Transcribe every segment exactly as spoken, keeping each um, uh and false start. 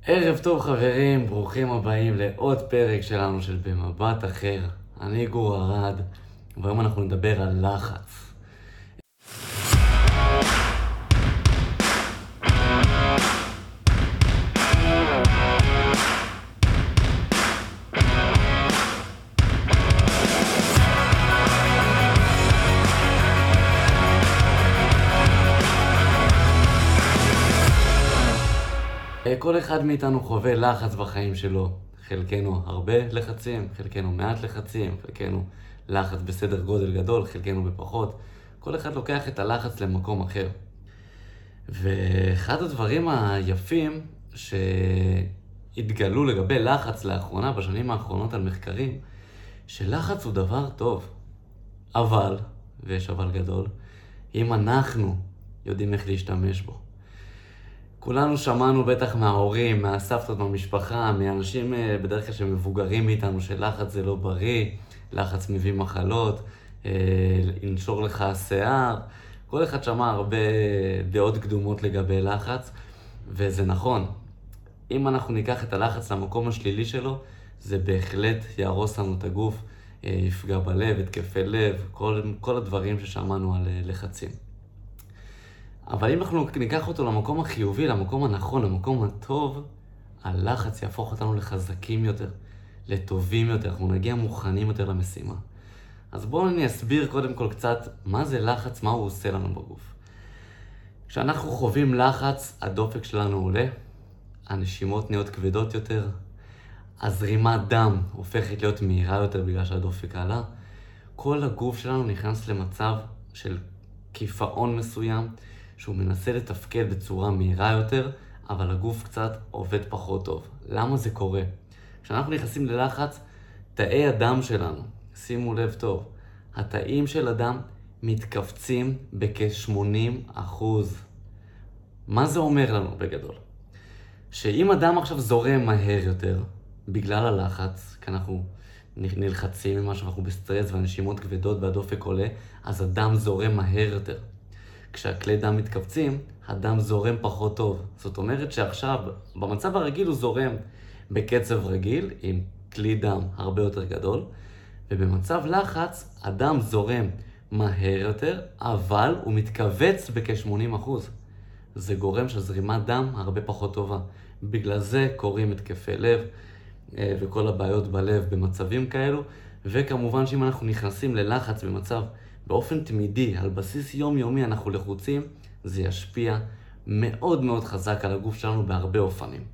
ערב טוב חברים, ברוכים הבאים לעוד פרק שלנו של במבט אחר. אני גור ארד, והיום אנחנו נדבר על לחץ. כל אחד מאיתנו חווה לחץ בחיים שלו. חלקנו הרבה לחצים, חלקנו מעט לחצים, חלקנו לחץ בסדר גודל גדול, חלקנו בפחות. כל אחד לוקח את הלחץ למקום אחר. ואחד הדברים היפים שהתגלו לגבי לחץ לאחרונה, בשנים האחרונות על מחקרים, שלחץ הוא דבר טוב. אבל, ויש אבל גדול, אם אנחנו יודעים איך להשתמש בו. כולנו שמענו בטח מההורים, מהסבתות במשפחה, מאנשים בדרך כלל שמבוגרים מאיתנו, שלחץ זה לא בריא, לחץ מביא מחלות, ינשור לך השיער. כל אחד שמע הרבה דעות קדומות לגבי לחץ, וזה נכון. אם אנחנו ניקח את הלחץ למקום השלילי שלו, זה בהחלט יהרוס לנו את הגוף, יפגע בלב, התקפי לב, כל, כל הדברים ששמענו על לחצים. אבל אם אנחנו ניקח אותו למקום החיובי, למקום הנכון, למקום הטוב, הלחץ יהפוך אותנו לחזקים יותר, לטובים יותר, אנחנו נגיע מוכנים יותר למשימה. אז בואו אני אסביר קודם כל קצת מה זה לחץ, מה הוא עושה לנו בגוף. כשאנחנו חווים לחץ, הדופק שלנו עולה, הנשימות נהיות כבדות יותר, הזרימת דם הופכת להיות מהירה יותר בגלל שהדופק עלה, כל הגוף שלנו נכנס למצב של קיפאון מסוים, שהוא מנסה לתפקד בצורה מהירה יותר, אבל הגוף קצת עובד פחות טוב. למה זה קורה? כשאנחנו נכנסים ללחץ, תאי הדם שלנו, שימו לב טוב, התאים של הדם מתכווצים בכ-שמונים אחוז. מה זה אומר לנו בגדול? שאם הדם עכשיו זורם מהר יותר, בגלל הלחץ, כי אנחנו נלחצים ממשהו, אנחנו בסטרס והנשימות כבדות והדופק עולה, אז הדם זורם מהר יותר. כשהכלי דם מתכווצים, הדם זורם פחות טוב. זאת אומרת שעכשיו, במצב הרגיל הוא זורם בקצב רגיל, עם כלי דם הרבה יותר גדול, ובמצב לחץ, הדם זורם מהר יותר, אבל הוא מתכווץ בכ-שמונים אחוז. זה גורם שזרימת דם הרבה פחות טובה. בגלל זה קוראים התקפי לב, וכל הבעיות בלב במצבים כאלו, וכמובן שאם אנחנו נכנסים ללחץ במצב באופן תמידי, על בסיס יומיומי אנחנו לחוצים, זה ישפיע מאוד מאוד חזק על הגוף שלנו בהרבה אופנים.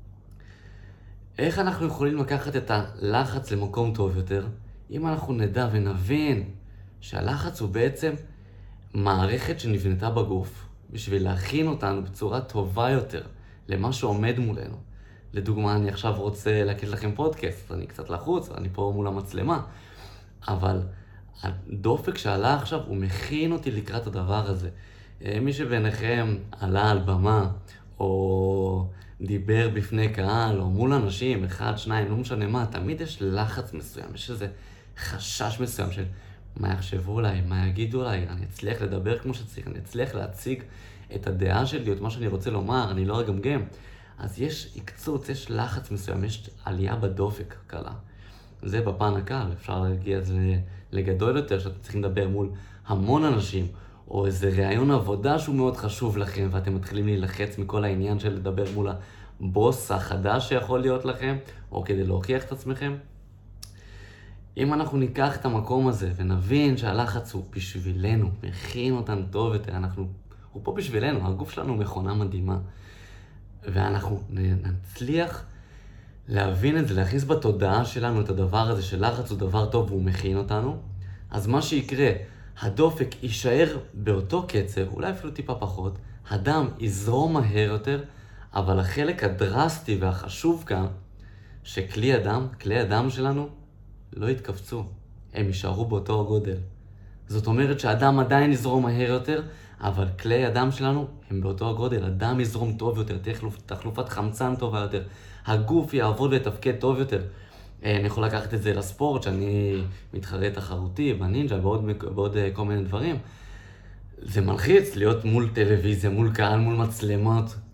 איך אנחנו יכולים לקחת את הלחץ למקום טוב יותר? אם אנחנו נדע ונבין שהלחץ הוא בעצם מערכת שנבנתה בגוף, בשביל להכין אותנו בצורה טובה יותר למה שעומד מולנו. לדוגמה, אני עכשיו רוצה להקליט לכם פודקאסט, אני קצת לחוץ, אני פה מול המצלמה, אבל הדופק שעלה עכשיו, הוא מכין אותי לקראת הדבר הזה. מי שביניכם עלה על במה, או דיבר בפני קהל, או מול אנשים, אחד, שניים, לא משנה מה, תמיד יש לחץ מסוים, יש איזה חשש מסוים של מה יחשבו עליי, מה יגידו עליי, אני אצליח לדבר כמו שצריך, אני אצליח להציג את הדעה שלי, את מה שאני רוצה לומר, אני לא אגמגם. אז יש עקצוץ, יש לחץ מסוים, יש עלייה בדופק קלה. זה בפן הקל, אפשר להגיע את זה לגדול יותר, שאתם צריכים לדבר מול המון אנשים, או איזה רעיון עבודה שהוא מאוד חשוב לכם, ואתם מתחילים להילחץ מכל העניין של לדבר מול הבוס החדש שיכול להיות לכם, או כדי להוכיח את עצמכם. אם אנחנו ניקח את המקום הזה ונבין שהלחץ הוא בשבילנו, מכין אותנו טוב יותר, אנחנו, הוא פה בשבילנו, הגוף שלנו מכונה מדהימה, ואנחנו נצליח להבין את זה, להכניס בתודעה שלנו את הדבר הזה שלחץ הוא דבר טוב והוא מכין אותנו, אז מה שיקרה, הדופק יישאר באותו קצב, אולי אפילו טיפה פחות, הדם יזרום מהר יותר, אבל החלק הדרסטי והחשוב כאן, שכלי הדם, כלי הדם שלנו, לא יתכווצו, הם יישארו באותו הגודל. זאת אומרת שהדם עדיין יזרום מהר יותר, אבל כלי הדם שלנו הם באותו הגודל, הדם יזרום טוב יותר, תחלופ, תחלופת חמצן טובה יותר, הגוף יעבוד ויתפקד טוב יותר. אני יכול לקחת את זה לספורט, שאני מתחרה תחרותי, בנינג'ה, בעוד, בעוד כל מיני דברים. זה מלחיץ להיות מול טלוויזיה, מול קהל, מול מצלמות,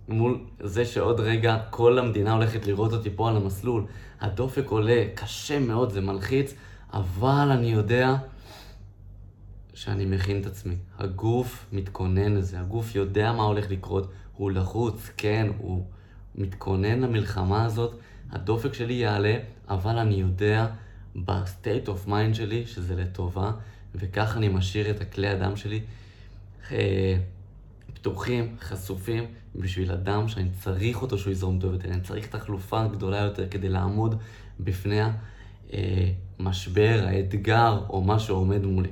מול זה שעוד רגע כל המדינה הולכת לראות אותי פה על המסלול. הדופק עולה, קשה מאוד, זה מלחיץ, אבל אני יודע שאני מכין את עצמי. הגוף מתכונן לזה, הגוף יודע מה הולך לקרות, הוא לחוץ, כן, הוא מתכונן למלחמה הזאת, הדופק שלי יעלה, אבל אני יודע ב-state of mind שלי שזה לטובה, וכך אני משאיר את הכלי הדם שלי אה, פתוחים, חשופים, בשביל אדם שאני צריך אותו שהוא יזרום טוב יותר, אני צריך תחלופה גדולה יותר כדי לעמוד בפני המשבר, האתגר או מה שעומד מולי.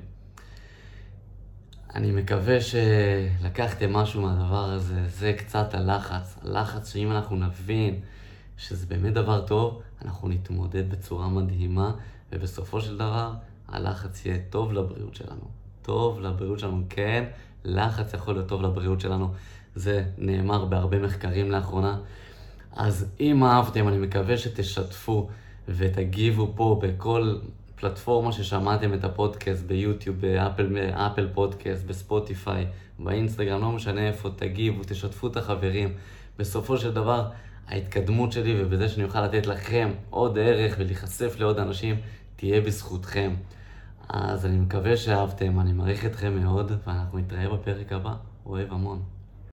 אני מקווה שלקחתם משהו מהדבר הזה, זה קצת הלחץ. הלחץ שאם אנחנו נבין שזה באמת דבר טוב, אנחנו נתמודד בצורה מדהימה, ובסופו של דבר הלחץ יהיה טוב לבריאות שלנו. טוב לבריאות שלנו, כן, לחץ יכול להיות טוב לבריאות שלנו. זה נאמר בהרבה מחקרים לאחרונה. אז אם אהבתם, אני מקווה שתשתפו ותגיבו פה בכל פלטפורמה ששמעתם את הפודקאסט, ביוטיוב, באפל, באפל פודקאסט, בספוטיפיי, באינסטגרם, לא משנה איפה, תגיבו, תשתפו את החברים. בסופו של דבר, ההתקדמות שלי ובזה שאני אוכל לתת לכם עוד ערך ולהיחשף לעוד אנשים, תהיה בזכותכם. אז אני מקווה שאהבתם, אני מעריך אתכם מאוד, ואנחנו נתראה בפרק הבא. אוהב המון.